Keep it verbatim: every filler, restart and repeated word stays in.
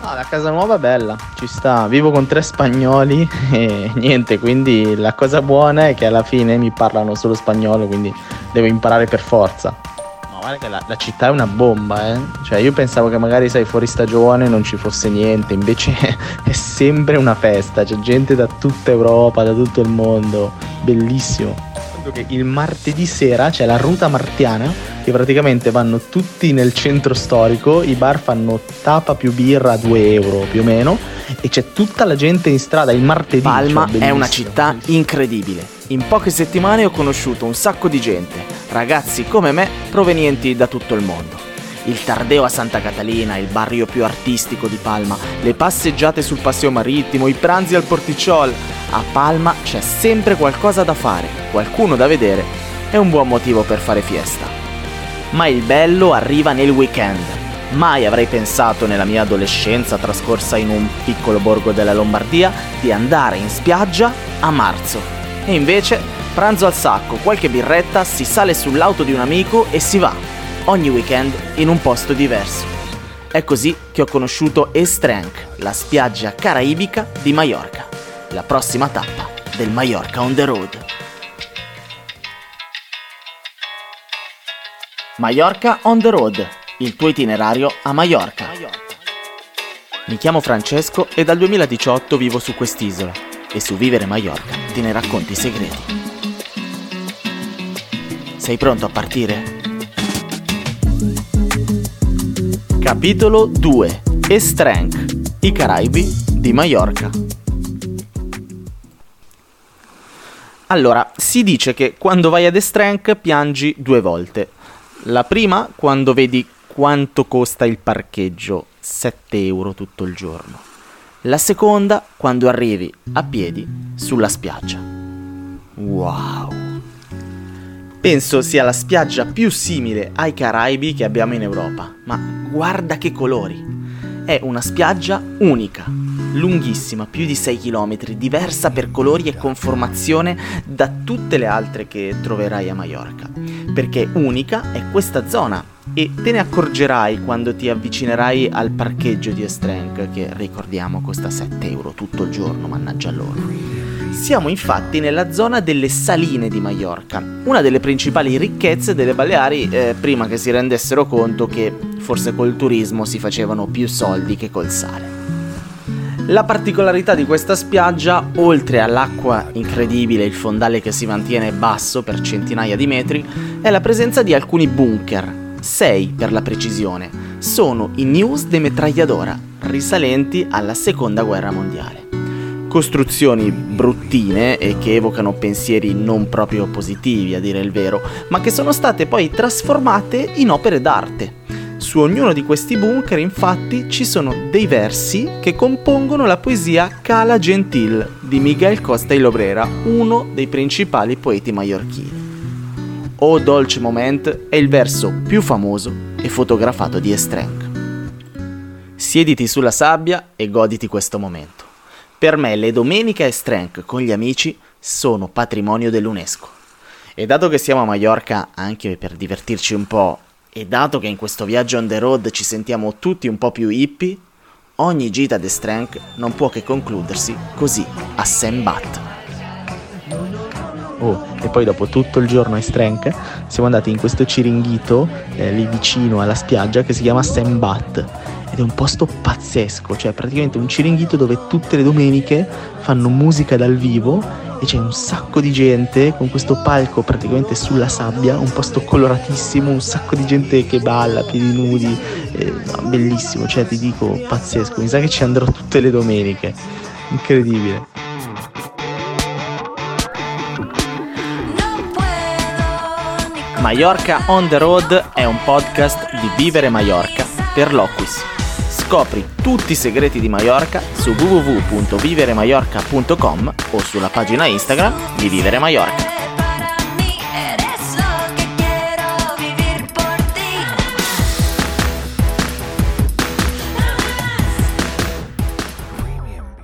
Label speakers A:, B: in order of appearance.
A: Ah, la casa nuova è bella, ci sta, vivo con tre spagnoli e niente, quindi la cosa buona è che alla fine mi parlano solo spagnolo, quindi devo imparare per forza. Ma guarda che la, la città è una bomba, eh. Cioè io pensavo che magari, sai, fuori stagione non ci fosse niente, invece è sempre una festa, c'è gente da tutta Europa, da tutto il mondo, bellissimo. Che il martedì sera c'è la ruta martiana, che praticamente vanno tutti nel centro storico, i bar fanno tapa più birra a due euro più o meno, e c'è tutta la gente in strada il martedì.
B: Palma
A: cioè,
B: è una città incredibile. In poche settimane ho conosciuto un sacco di gente, ragazzi come me provenienti da tutto il mondo. Il Tardeo a Santa Catalina, il barrio più artistico di Palma, le passeggiate sul Paseo Marittimo, i pranzi al Porticciol. A Palma c'è sempre qualcosa da fare, qualcuno da vedere e un buon motivo per fare fiesta. Ma il bello arriva nel weekend. Mai avrei pensato nella mia adolescenza trascorsa in un piccolo borgo della Lombardia di andare in spiaggia a marzo. E invece, pranzo al sacco, qualche birretta, si sale sull'auto di un amico e si va. Ogni weekend in un posto diverso. È così che ho conosciuto Estrenc, la spiaggia caraibica di Maiorca, la prossima tappa del Mallorca on the road. Mallorca on the road, il tuo itinerario a Maiorca. Mi chiamo Francesco e dal duemiladiciotto vivo su quest'isola e su Vivere Maiorca te ne racconto i segreti. Sei pronto a partire? Capitolo due. Estrenc, i Caraibi di Maiorca. Allora, si dice che quando vai ad Estrenc piangi due volte. La prima quando vedi quanto costa il parcheggio, sette euro tutto il giorno. La seconda quando arrivi a piedi sulla spiaggia. Wow! Penso sia la spiaggia più simile ai Caraibi che abbiamo in Europa, ma guarda che colori! È una spiaggia unica, lunghissima, più di sei chilometri, diversa per colori e conformazione da tutte le altre che troverai a Maiorca. Perché unica è questa zona e te ne accorgerai quando ti avvicinerai al parcheggio di Estrenc, che ricordiamo costa sette euro tutto il giorno, mannaggia loro. Siamo infatti nella zona delle saline di Maiorca, una delle principali ricchezze delle Baleari eh, prima che si rendessero conto che forse col turismo si facevano più soldi che col sale. La particolarità di questa spiaggia, oltre all'acqua incredibile e il fondale che si mantiene basso per centinaia di metri, è la presenza di alcuni bunker, sei per la precisione. Sono i Nius de Metralladora, risalenti alla seconda guerra mondiale. Costruzioni bruttine e che evocano pensieri non proprio positivi, a dire il vero, ma che sono state poi trasformate in opere d'arte. Su ognuno di questi bunker, infatti, ci sono dei versi che compongono la poesia Cala Gentil di Miguel Costa y Lobrera, uno dei principali poeti maiorchini. O dolce moment è il verso più famoso e fotografato di Estrenc. Siediti sulla sabbia e goditi questo momento. Per me le domeniche a Estrenc con gli amici sono patrimonio dell'UNESCO. E dato che siamo a Maiorca anche per divertirci un po', e dato che in questo viaggio on the road ci sentiamo tutti un po' più hippie, ogni gita ad Estrenc non può che concludersi così, a Saint-Bat.
A: Oh, e poi dopo tutto il giorno a Estrenc siamo andati in questo ciringhito eh, lì vicino alla spiaggia che si chiama Saint-Bat. Ed è un posto pazzesco, cioè praticamente un ciringhito dove tutte le domeniche fanno musica dal vivo e c'è un sacco di gente con questo palco praticamente sulla sabbia, un posto coloratissimo, un sacco di gente che balla, piedi nudi, eh, no, bellissimo, cioè ti dico pazzesco, mi sa che ci andrò tutte le domeniche, incredibile.
B: Maiorca on the road è un podcast di Vivere Maiorca per Loquis. Scopri tutti i segreti di Maiorca su w w w punto vivere maiorca punto com o sulla pagina Instagram di Vivere Maiorca.